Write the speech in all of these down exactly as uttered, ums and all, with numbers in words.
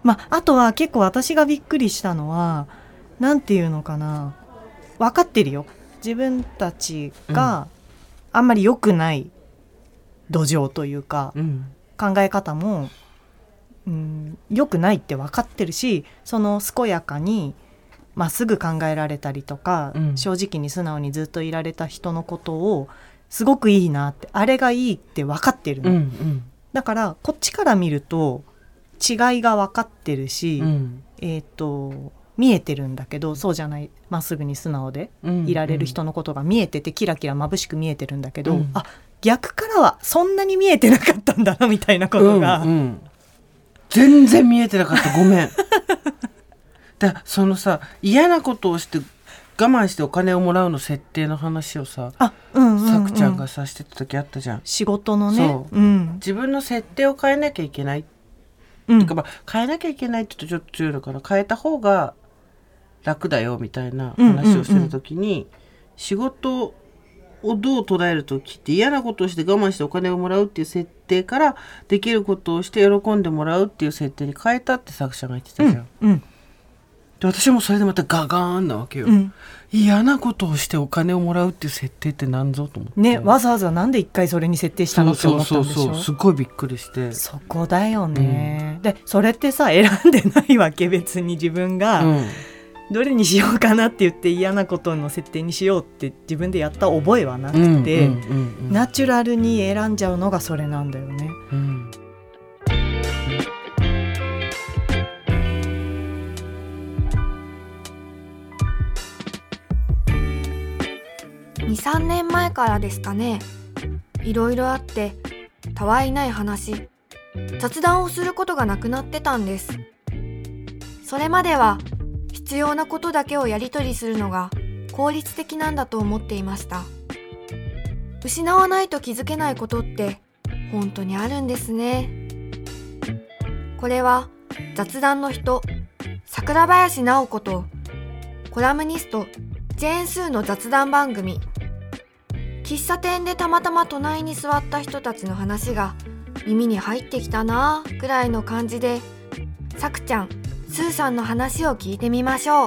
まあ、あとは結構私がびっくりしたのはなんていうのかな、分かってるよ、自分たちがあんまり良くない土壌というか、うん、考え方も、うん、良くないって分かってるし、その健やかにまっすぐ考えられたりとか、うん、正直に素直にずっといられた人のことをすごくいいなって、あれがいいって分かってるの、うんうん、だからこっちから見ると違いが分かってるし、うん、えーと見えてるんだけど、そうじゃないまっすぐに素直でいられる人のことが見えてて、キラキラ眩しく見えてるんだけど、うん、あ、逆からはそんなに見えてなかったんだなみたいなことが、うんうん、 全然見えてなかった、ごめんだそのさ、嫌なことをして我慢してお金をもらうの設定の話をさ、あ、うんうんうん、さくちゃんがさしてた時あったじゃん、 仕事のね、 そう、うん、自分の設定を変えなきゃいけない、うん、てかまあ変えなきゃいけないって言うとちょっと強いのかな、変えた方が楽だよみたいな話をしてる時に、うんうんうん、仕事をどう捉える時って嫌なことをして我慢してお金をもらうっていう設定からできることをして喜んでもらうっていう設定に変えたって作者が言ってたじゃん、うんうん、で私もそれでまたガガーンなわけよ、うん、嫌なことをしてお金をもらうっていう設定ってなんぞと思ってね、 わざわざなんで一回それに設定したのって思ったんでしょ。 そうそうそう、すごいびっくりして、 そこだよね、うん、でそれってさ選んでないわけ、別に自分が、うん、どれにしようかなって言って嫌なことの設定にしようって自分でやった覚えはなくて、うんうんうんうん、ナチュラルに選んじゃうのがそれなんだよね、うん、 にさんねんまえからですかね、いろいろあってたわいない話、雑談をすることがなくなってたんです。それまでは必要なことだけをやり取りするのが効率的なんだと思っていました。失わないと気づけないことって本当にあるんですね。これは雑談の人、桜林直子とコラムニストジェーン・スーの雑談番組。喫茶店でたまたま隣に座った人たちの話が耳に入ってきたなぁくらいの感じで、さくちゃん、スーさんの話を聞いてみましょう。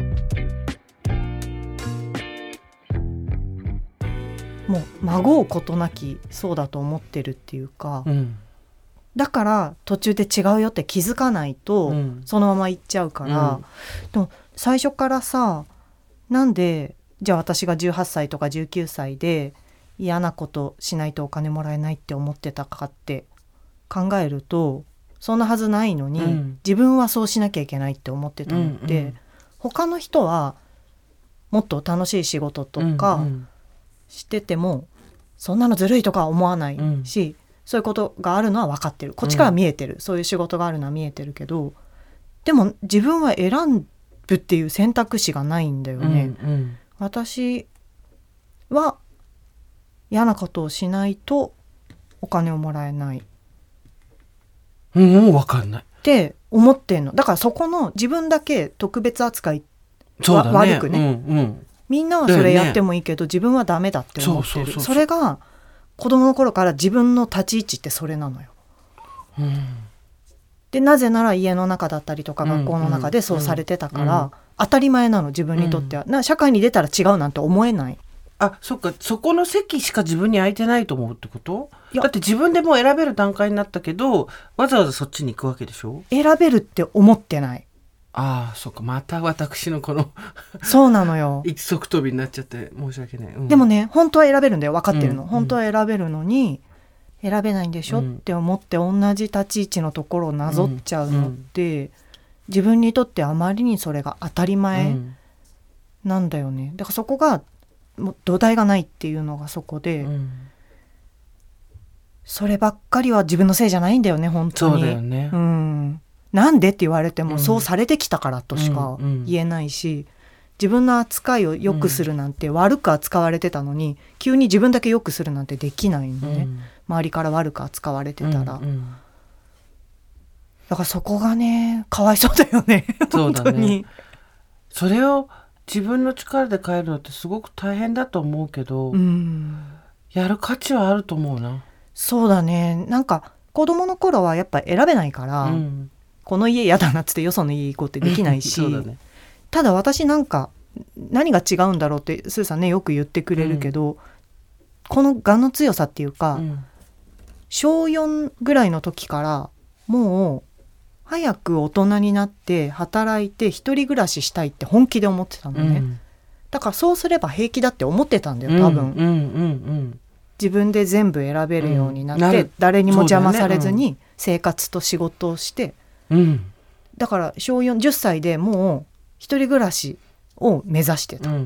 もう孫をことなきそうだと思ってるっていうか、うん、だから途中で違うよって気づかないと、うん、そのまま行っちゃうから、うん、でも最初からさ、なんでじゃあ私がじゅうはっさいとかじゅうきゅうさいで嫌なことしないとお金もらえないって思ってたかって考えるとそんなはずないのに、うん、自分はそうしなきゃいけないって思ってたのって、うんうん、他の人はもっと楽しい仕事とかしてても、うんうん、そんなのずるいとか思わないし、うん、そういうことがあるのは分かってる、こっちから見えてる、うん、そういう仕事があるのは見えてるけど、でも自分は選ぶっていう選択肢がないんだよね、うんうん、私は嫌なことをしないとお金をもらえない、 うん、もう分かんないって思ってんの。だからそこの自分だけ特別扱いは、ね、悪くね、うんうん、みんなはそれやってもいいけど、ね、自分はダメだって思ってる。そうそうそうそう、それが子供の頃から自分の立ち位置ってそれなのよ、うん、でなぜなら家の中だったりとか学校の中でそうされてたから、うんうん、当たり前なの自分にとっては、うん、な社会に出たら違うなんて思えない。 あ、そっか、そこの席しか自分に空いてないと思うってこと？だって自分でもう選べる段階になったけどわざわざそっちに行くわけでしょ？ 選べるって思ってない。 ああ、そっか、また私のこのそうなのよ、 一足飛びになっちゃって申し訳ない、うん、 でもね、本当は選べるんだよ、分かってるの、うん、本当は選べるのに選べないんでしょ、うん、って思って同じ立ち位置のところをなぞっちゃうのって、うんうん、自分にとってあまりにそれが当たり前なんだよね。だからそこがもう土台がないっていうのがそこで、うん、そればっかりは自分のせいじゃないんだよね、本当に。 そうだよね、 うん、なんでって言われても、うん、そうされてきたからとしか言えないし、うんうん、自分の扱いを良くするなんて、悪く扱われてたのに急に自分だけ良くするなんてできないんでね、うん、周りから悪く扱われてたら、うんうん、だからそこがねかわいそうだよね本当に。そうだね、 それを自分の力で変えるのってすごく大変だと思うけど、うん、やる価値はあると思うな。 そうだね、なんか子供の頃はやっぱ選べないから、うん、 この家嫌だなっつってよその家行こうってできないしそうだね、 ただ私なんか何が違うんだろうってスーさんねよく言ってくれるけど、うん、この我の強さっていうか、うん、しょうよんぐらいの時からもう早く大人になって働いて一人暮らししたいって本気で思ってたのね、うん、だからそうすれば平気だって思ってたんだよ多分、うんうんうんうん、自分で全部選べるようになって、うん、誰にも邪魔されずに生活と仕事をして、うん、だから小よんじゅっさいでもう一人暮らしを目指してた、うんうん、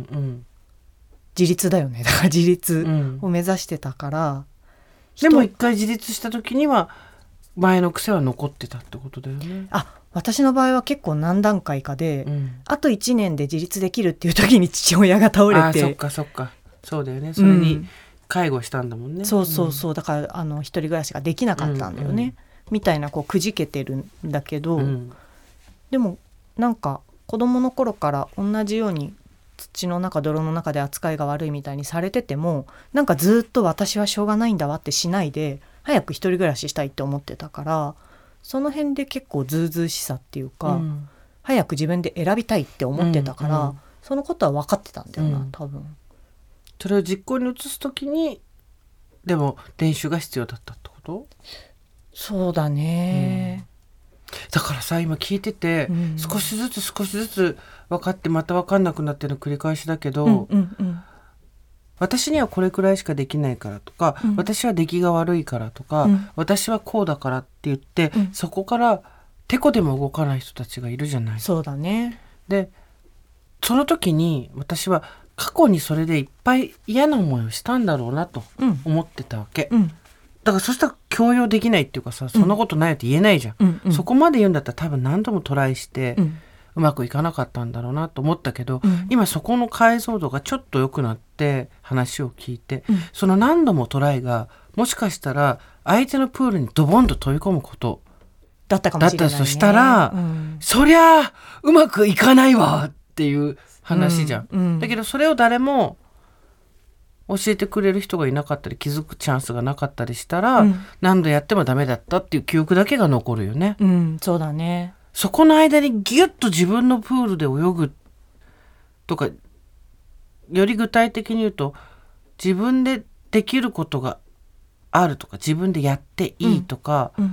自立だよねだから自立を目指してたから、うん、 でも一回自立した時には前の癖は残ってたってことだよね。 あ、私の場合は結構何段階かで、うん、あといちねんで自立できるっていう時に父親が倒れて、 あ、そっかそっか、そうだよね、それに介護したんだもんね、うん、 そうそうそう、だからあの一人暮らしができなかったんだよね、うんうん、みたいなこうくじけてるんだけど、うん、でもなんか子供の頃から同じように土の中泥の中で扱いが悪いみたいにされててもなんかずっと私はしょうがないんだわってしないで早く一人暮らししたいって思ってたから、その辺で結構ずうずうしさっていうか、うん、早く自分で選びたいって思ってたから、うんうん、そのことは分かってたんだよな、うん、多分それを実行に移すときにでも練習が必要だったってこと？ そうだね、 うん、だからさ今聞いてて、うん、少しずつ少しずつ分かってまた分かんなくなってるの繰り返しだけど、うんうんうん、私にはこれくらいしかできないからとか、うん、私は出来が悪いからとか、うん、私はこうだからって言って、うん、そこからてこでも動かない人たちがいるじゃない。 そうだね。 でその時に私は過去にそれでいっぱい嫌な思いをしたんだろうなと思ってたわけ、うん、だからそしたら強要できないっていうかさ、そんなことないって言えないじゃん、うんうん、そこまで言うんだったら多分何度もトライして、うんうまくいかなかったんだろうなと思ったけど、うん、今そこの解像度がちょっと良くなって話を聞いて、うん、その何度もトライがもしかしたら相手のプールにドボンと飛び込むことだったかもしれないね。 だったとしたら、うん、そりゃうまくいかないわっていう話じゃん、うんうん、だけどそれを誰も教えてくれる人がいなかったり気づくチャンスがなかったりしたら、うん、何度やってもダメだったっていう記憶だけが残るよね、 うん、そうだね。 そこの間にギュッと自分のプールで泳ぐとか、より具体的に言うと自分でできることがあるとか自分でやっていいとか、うんうん、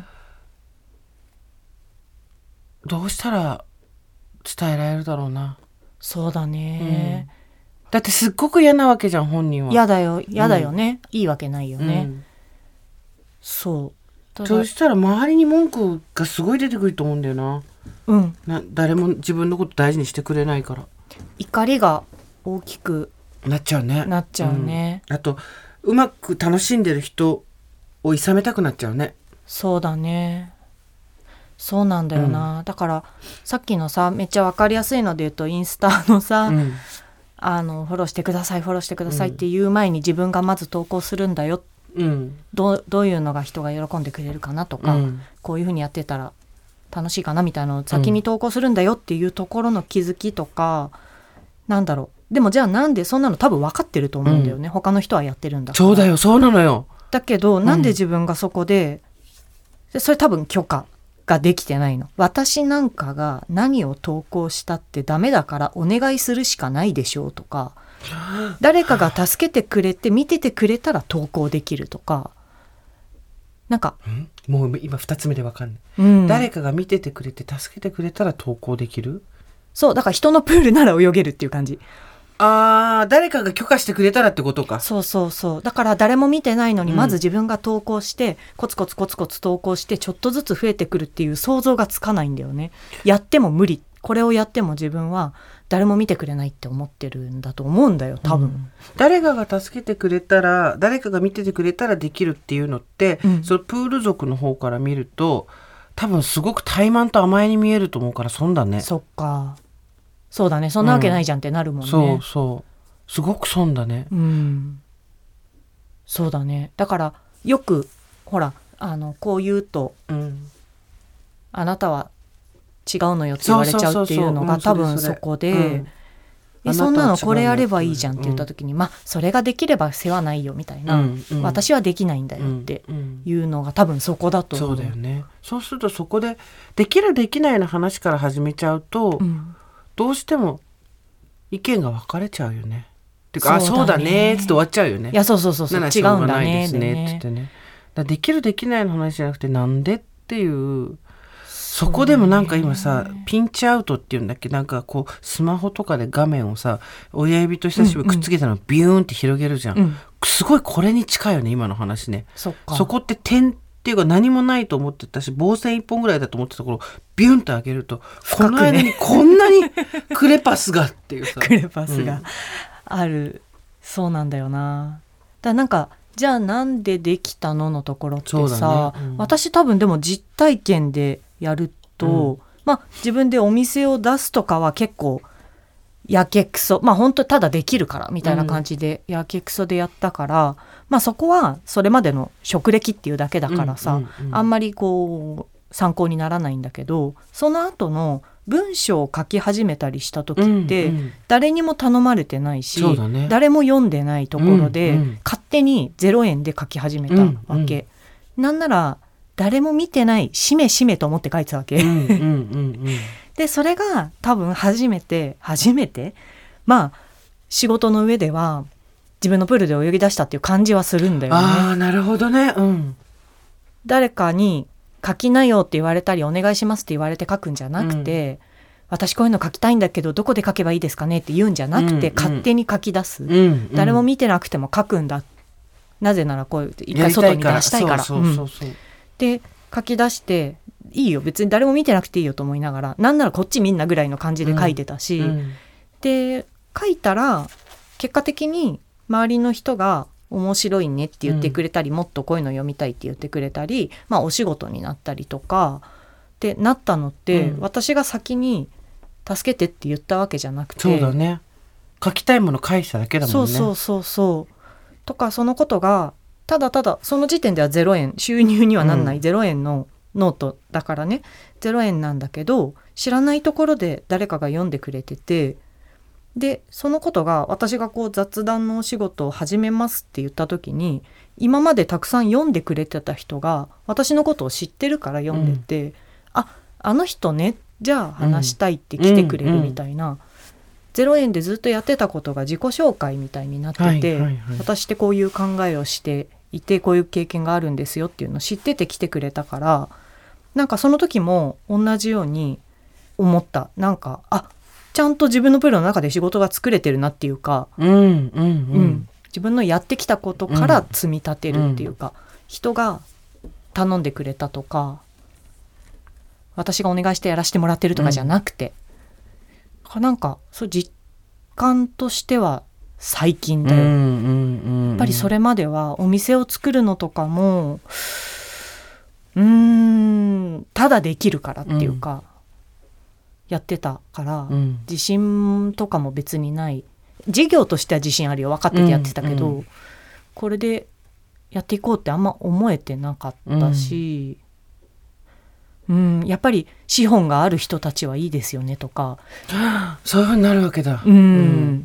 どうしたら伝えられるだろうな。 そうだね、 うん、だってすっごく嫌なわけじゃん本人は。 嫌だよ嫌だよね、うん、いいわけないよね、うん、そうそうしたら周りに文句がすごい出てくると思うんだよな、うん、な誰も自分のこと大事にしてくれないから怒りが大きくなっちゃうねなっちゃうね、 うん、あとうまく楽しんでる人を諌めたくなっちゃうね。 そうだね、そうなんだよな、うん、だからさっきのさめっちゃ分かりやすいので言うとインスタのさ、うん、あのフォローしてくださいフォローしてくださいっていう前に自分がまず投稿するんだよ、うん、どう、どういうのが人が喜んでくれるかなとか、うん、こういう風にやってたら楽しいかなみたいなのを先に投稿するんだよっていうところの気づきとか、うん、なんだろう。でもじゃあなんでそんなの多分分かってると思うんだよね、うん、他の人はやってるんだから。 そうだよそうなのよ。 だけどなんで自分がそこで、うん、それ多分許可ができてないの。私なんかが何を投稿したってダメだからお願いするしかないでしょうとか、誰かが助けてくれて見ててくれたら投稿できるとか、なんかんもう今ふたつめで分かんない、うん、誰かが見ててくれて助けてくれたら投稿できる。 そうだから人のプールなら泳げるっていう感じ。 あー誰かが許可してくれたらってことか。 そうそうそう。だから誰も見てないのにまず自分が投稿して、うん、コツコツコツコツ投稿してちょっとずつ増えてくるっていう想像がつかないんだよね。やっても無理。これをやっても自分は誰も見てくれないって思ってるんだと思うんだよ多分、うん、 誰かが助けてくれたら誰かが見ててくれたらできるっていうのって、うん、そのプール族の方から見ると多分すごく怠慢と甘えに見えると思うから損だね。 そっかそうだねそんなわけないじゃんってなるもんね、うん、 そうそうすごく損だね、 うん、そうだね。だからよくほらあのこう言うと、うん、あなたは違うのよって言われちゃうっていうのが多分そこで、 えそんなのこれやればいいじゃんって言った時に、うん、まあそれができれば世話ないよみたいな、うんうん、私はできないんだよっていうのが多分そこだと思う。 そうだよね。そうするとそこでできるできないの話から始めちゃうと、うん、どうしても意見が分かれちゃうよね。てか、あ、そうだねーって終わっちゃうよね。 いや、そうそうそうそう、違うんだねですねって言ってね。だできるできないの話じゃなくてなんでっていう、そこでもなんか今さ、ピンチアウトっていうんだっけ、なんかこうスマホとかで画面をさ親指と人差し指くっつけたのをビューンって広げるじゃん、うんうん、すごいこれに近いよね今の話ね。 そっか。 そこって点っていうか何もないと思ってたし、棒線一本ぐらいだと思ってたところビュンと上げると、この間にこんなにクレパスがっていうさクレパスがある、うん、そうなんだよな。だなんかじゃあなんでできたののところってさ、ねうん、私多分でも実体験でやると、うん、まあ自分でお店を出すとかは結構やけくそ、まあ本当ただできるからみたいな感じでやけくそでやったから、うん、まあそこはそれまでの職歴っていうだけだからさ、うんうんうん、あんまりこう参考にならないんだけど、その後の文章を書き始めたりした時って誰にも頼まれてないし、 うんうんね、 誰も読んでないところで勝手にゼロえんで書き始めたわけ、うんうん、なんなら誰も見てないしめしめと思って書いてたわけ、うんうんうんうん、でそれが多分初めて初めてまあ仕事の上では自分のプールで泳ぎ出したっていう感じはするんだよね。 ああなるほどね、うん、 誰かに書きなよって言われたりお願いしますって言われて書くんじゃなくて、うん、私こういうの書きたいんだけどどこで書けばいいですかねって言うんじゃなくて、うん、勝手に書き出す、うん、誰も見てなくても書くんだ、なぜならこう一回外に出したいから、で書き出していいよ別に誰も見てなくていいよと思いながら、なんならこっちみんなぐらいの感じで書いてたし、うんうん、で書いたら結果的に周りの人が面白いねって言ってくれたり、うん、もっとこういうの読みたいって言ってくれたり、まあお仕事になったりとかってなったのって、うん、私が先に助けてって言ったわけじゃなくて、 そうだね、書きたいもの書いただけだもんね。 そうそうそうそうとか、そのことがただただその時点ではゼロえん収入にはなんない、うん、ゼロえんのノートだからねゼロえんなんだけど、知らないところで誰かが読んでくれてて、でそのことが私がこう雑談のお仕事を始めますって言った時に、今までたくさん読んでくれてた人が私のことを知ってるから読んでて、うん、ああの人ねじゃあ話したいって来てくれるみたいな、うんうんうん、ゼロえんでずっとやってたことが自己紹介みたいになってて、はいはいはい、私ってこういう考えをしていてこういう経験があるんですよっていうのを知ってて来てくれたから、なんかその時も同じように思った。なんかあちゃんと自分のプロの中で仕事が作れてるなっていうか、 うんうんうんうん、 自分のやってきたことから積み立てるっていうか、うん、人が頼んでくれたとか私がお願いしてやらせてもらってるとかじゃなくて、うん、なんかそう実感としては最近だよ、うんうんうんうん、やっぱりそれまではお店を作るのとかもうーんただできるからっていうか、うんやってたから、うん、自信とかも別にない、事業としては自信あるよ分かっててやってたけど、うんうん、これでやっていこうってあんま思えてなかったし、うん、うんやっぱり資本がある人たちはいいですよねとかそういう風になるわけだ、 うんうん、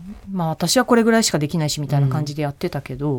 まあ私はこれぐらいしかできないしみたいな感じでやってたけど、うん、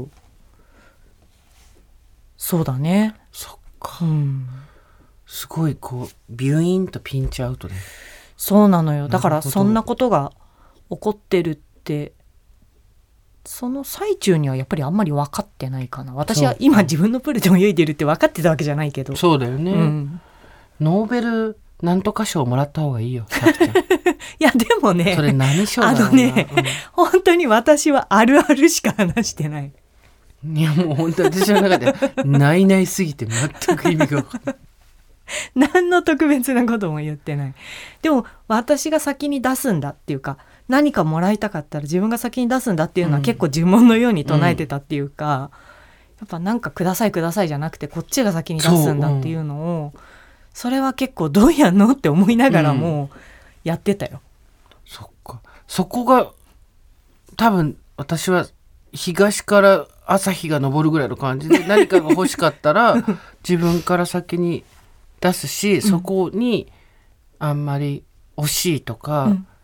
そうだね、 そっか、うん、すごいこうビューンとピンチアウトで、 そうなのよ。だからそんなことが起こってるってその最中にはやっぱりあんまり分かってないかな。私は今自分のプールで泳いでるって分かってたわけじゃないけど。 そうだよね、うん、ノーベルなんとか賞もらった方がいいよさきちゃんいやでもねそれ何賞だろうな、 あのね、うん、本当に私はあるあるしか話してない。 いやもう本当私の中でないないすぎて全く意味が分かんない何の特別なことも言ってない。でも私が先に出すんだっていうか、何かもらいたかったら自分が先に出すんだっていうのは結構呪文のように唱えてたっていうか、うん、やっぱなんかくださいくださいじゃなくてこっちが先に出すんだっていうのを そ,、それは結構どうやんのって思いながらもやってたよ、うん、 そっか、そこが多分私は東から朝日が昇るぐらいの感じで何かが欲しかったら自分から先に出すし、そこにあんまり惜しいとか、うん、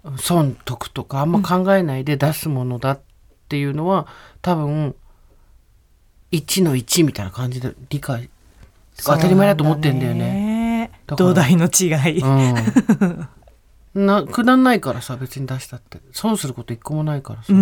損得とかあんま考えないで出すものだっていうのは、うん、多分いちのいちみたいな感じで理解当たり前だと思ってんだよね。 土台の違い、 うん、なくだんないからさ、別に出したって損すること一個もないからさ、うん、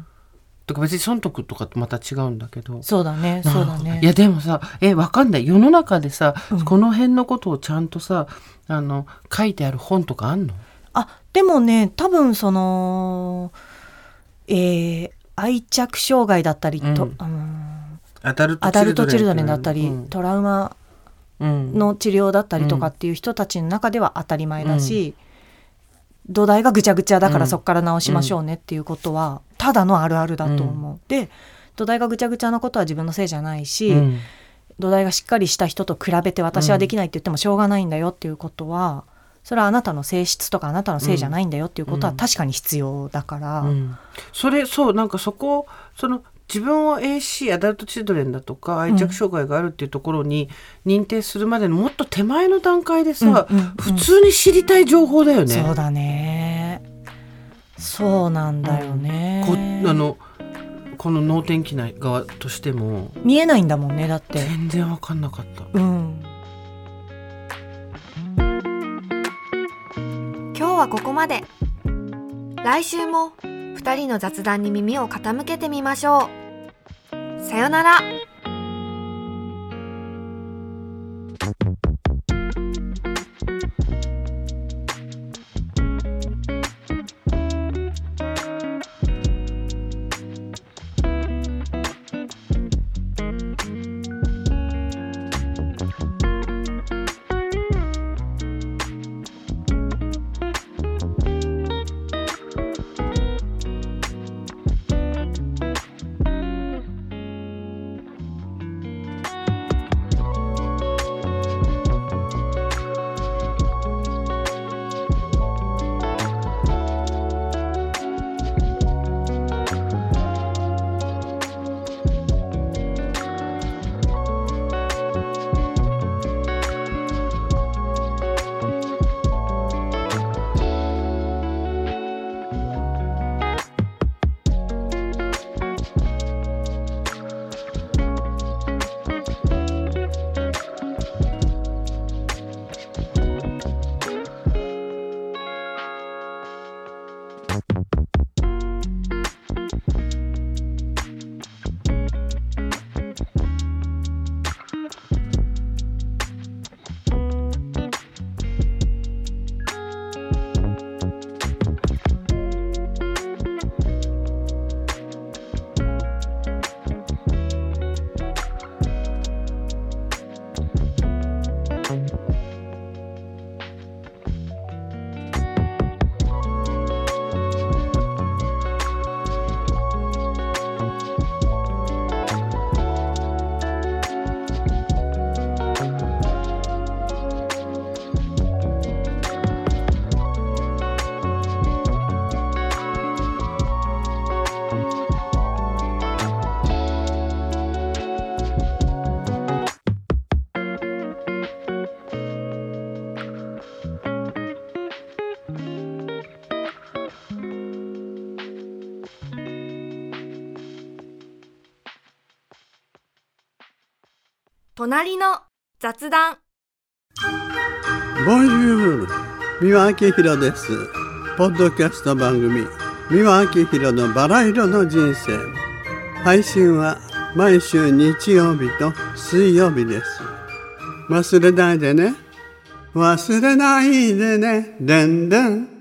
とか別に損得とかとまた違うんだけど。 そうだねそうだね。 いやでもさ、えわかんない、世の中でさ、うん、この辺のことをちゃんとさあの書いてある本とかあんの？ あでもね、多分その、えー、愛着障害だったりと、うん、あのアダルトアダルトチルドレンだったり、うん、トラウマの治療だったりとかっていう人たちの中では当たり前だし、うん、土台がぐちゃぐちゃだからそこから直しましょうねっていうことはただのあるあるだと思う、うん、で土台がぐちゃぐちゃなことは自分のせいじゃないし、うん、土台がしっかりした人と比べて私はできないって言ってもしょうがないんだよっていうことは、それはあなたの性質とかあなたのせいじゃないんだよっていうことは確かに必要だから、うんうん、 それそうなんかそこその自分を エーシー アダルトチルドレンだとか愛着障害があるっていうところに認定するまでのもっと手前の段階でさ、うんうんうん、普通に知りたい情報だよね。 そうだね、そうなんだよね、 うん、こ, あのこの能天気な側としても見えないんだもんね。だって全然分かんなかった、 うん、 今日はここまで。来週もふたりの雑談に耳を傾けてみましょう。さよなら。隣の雑談。 ボンジュール、三輪明宏です。ポッドキャスト番組三輪明宏のバラ色の人生。配信は毎週日曜日と水曜日です。忘れないでね、忘れないでね、でんでん。